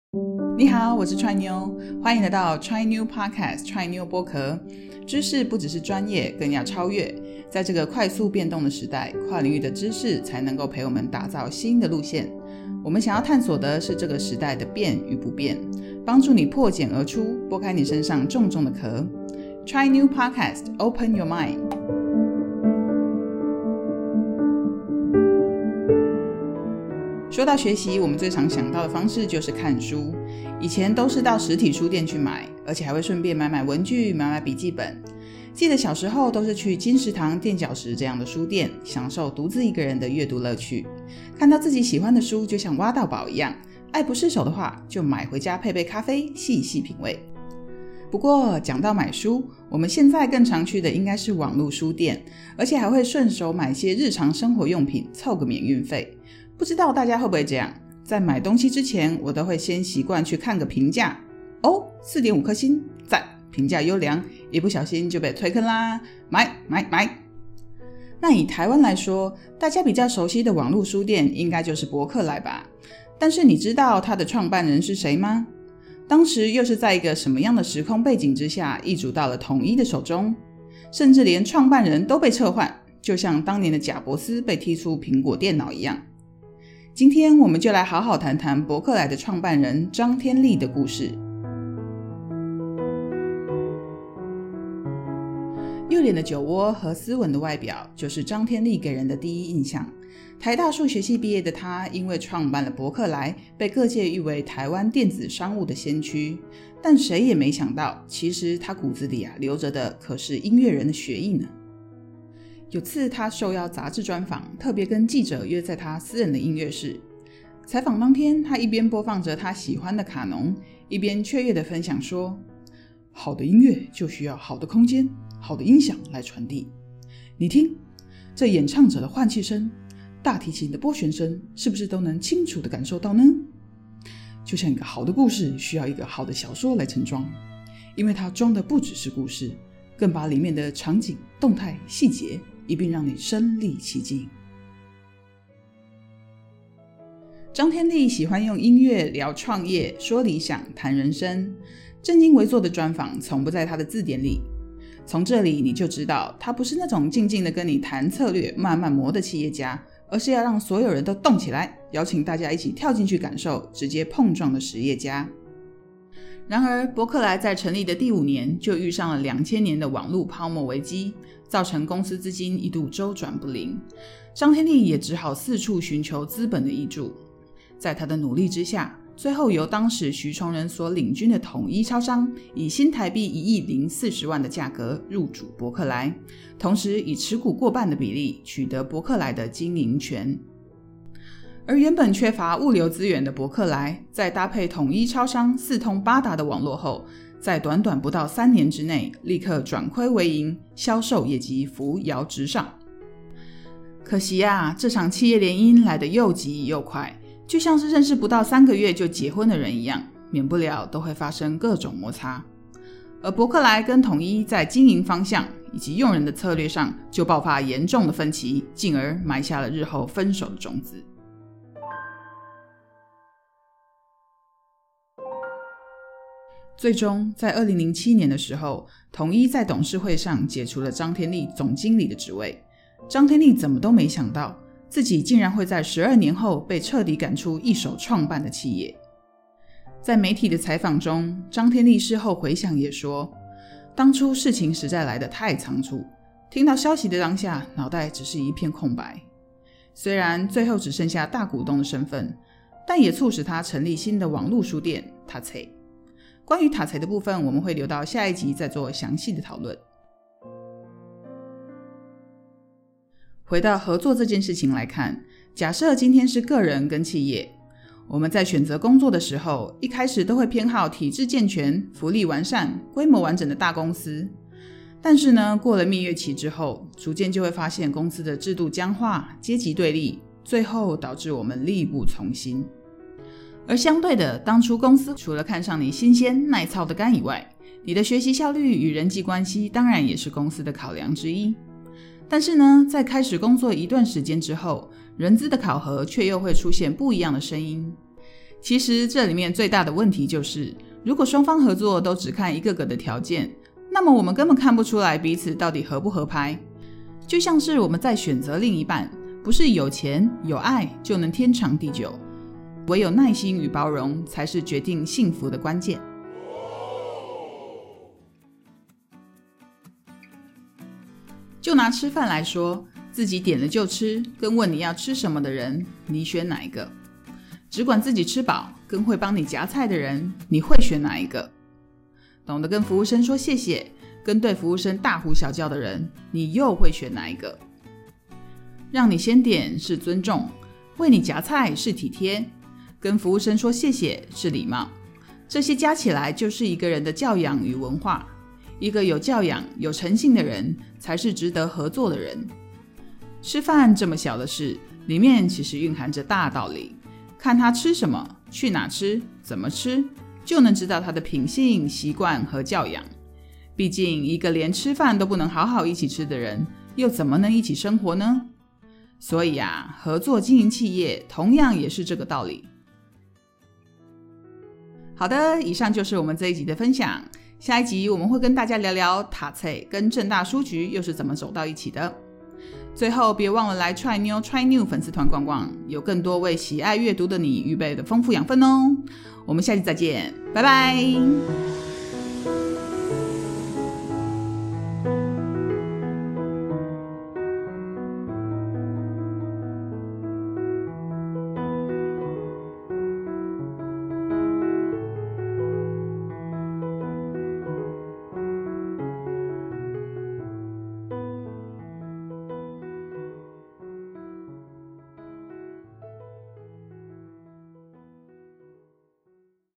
你好，我是川妞，欢迎来到 Try New Podcast Try New 播客。知识不只是专业，更要超越。在这个快速变动的时代，跨领域的知识才能够陪我们打造新的路线。我们想要探索的是这个时代的变与不变，帮助你破茧而出，拨开你身上重重的壳。Try New Podcast Open Your Mind。说到学习，我们最常想到的方式就是看书。以前都是到实体书店去买，而且还会顺便买文具、买笔记本。记得小时候都是去金石堂、垫脚石这样的书店，享受独自一个人的阅读乐趣。看到自己喜欢的书，就像挖到宝一样，爱不释手的话，就买回家配杯咖啡，细细品味。不过讲到买书，我们现在更常去的应该是网络书店，而且还会顺手买些日常生活用品，凑个免运费。不知道大家会不会这样，在买东西之前，我都会先习惯去看个评价。4.5颗星，赞，评价优良，一不小心就被推坑啦，买。那以台湾来说，大家比较熟悉的网络书店应该就是博客来吧。但是你知道它的创办人是谁吗？当时又是在一个什么样的时空背景之下易主到了统一的手中，甚至连创办人都被撤换，就像当年的贾伯斯被踢出苹果电脑一样。今天我们就来好好谈谈博客来的创办人张天利的故事。幼脸的酒窝和斯文的外表，就是张天利给人的第一印象。台大数学系毕业的他，因为创办了博客来，被各界誉为台湾电子商务的先驱。但谁也没想到，其实他骨子里留着的可是音乐人的血液呢。有次他受邀杂志专访，特别跟记者约在他私人的音乐室。采访当天，他一边播放着他喜欢的卡农，一边雀跃地分享说，好的音乐就需要好的空间，好的音响来传递。你听，这演唱者的换气声，大提琴的拨弦声，是不是都能清楚地感受到呢？就像一个好的故事需要一个好的小说来盛装，因为它装的不只是故事，更把里面的场景、动态、细节一并让你身临其境。张天利喜欢用音乐聊创业、说理想、谈人生，正襟危坐的专访从不在他的字典里。从这里你就知道，他不是那种静静的跟你谈策略、慢慢磨的企业家，而是要让所有人都动起来，邀请大家一起跳进去感受、直接碰撞的实业家。然而博客来在成立的第5年就遇上了2000年的网络泡沫危机，造成公司资金一度周转不灵，张天利也只好四处寻求资本的挹注。在他的努力之下，最后由当时徐崇仁所领军的统一超商以新台币1.040亿的价格入主博客来，同时以持股过半的比例取得博客来的经营权。而原本缺乏物流资源的博客来，在搭配统一超商四通八达的网络后，在短短不到3年之内立刻转亏为盈，销售业绩扶摇直上。可惜这场企业联姻来得又急又快，就像是认识不到3个月就结婚的人一样，免不了都会发生各种摩擦。而博客来跟统一在经营方向以及用人的策略上就爆发严重的分歧，进而埋下了日后分手的种子。最终在2007年的时候，统一在董事会上解除了张天利总经理的职位。张天利怎么都没想到，自己竟然会在12年后被彻底赶出一手创办的企业。在媒体的采访中，张天利事后回想也说，当初事情实在来得太仓促，听到消息的当下，脑袋只是一片空白。虽然最后只剩下大股东的身份，但也促使他成立新的网络书店塔财。关于塔财的部分，我们会留到下一集再做详细的讨论。回到合作这件事情来看，假设今天是个人跟企业，我们在选择工作的时候，一开始都会偏好体制健全、福利完善、规模完整的大公司。但是呢，过了蜜月期之后，逐渐就会发现公司的制度僵化、阶级对立，最后导致我们力不从心。而相对的，当初公司除了看上你新鲜耐操的肝以外，你的学习效率与人际关系当然也是公司的考量之一。但是呢，在开始工作一段时间之后，人资的考核却又会出现不一样的声音。 其实这里面最大的问题就是，如果双方合作都只看一个个的条件，那么我们根本看不出来彼此到底合不合拍。就像是我们在选择另一半，不是有钱有爱就能天长地久，唯有耐心与包容才是决定幸福的关键。就拿吃饭来说，自己点了就吃，跟问你要吃什么的人，你选哪一个？只管自己吃饱，跟会帮你夹菜的人，你会选哪一个？懂得跟服务生说谢谢，跟对服务生大呼小叫的人，你又会选哪一个？让你先点是尊重，为你夹菜是体贴，跟服务生说谢谢是礼貌。这些加起来就是一个人的教养与文化。一个有教养、有诚信的人，才是值得合作的人。吃饭这么小的事，里面其实蕴含着大道理。看他吃什么，去哪吃，怎么吃，就能知道他的品性、习惯和教养。毕竟，一个连吃饭都不能好好一起吃的人，又怎么能一起生活呢？所以啊，合作经营企业，同样也是这个道理。好的，以上就是我们这一集的分享。下一集我们会跟大家聊聊塔翠跟政大书局又是怎么走到一起的。最后别忘了来 Try New 粉丝团逛逛，有更多为喜爱阅读的你预备的丰富养分哦。我们下期再见，拜拜。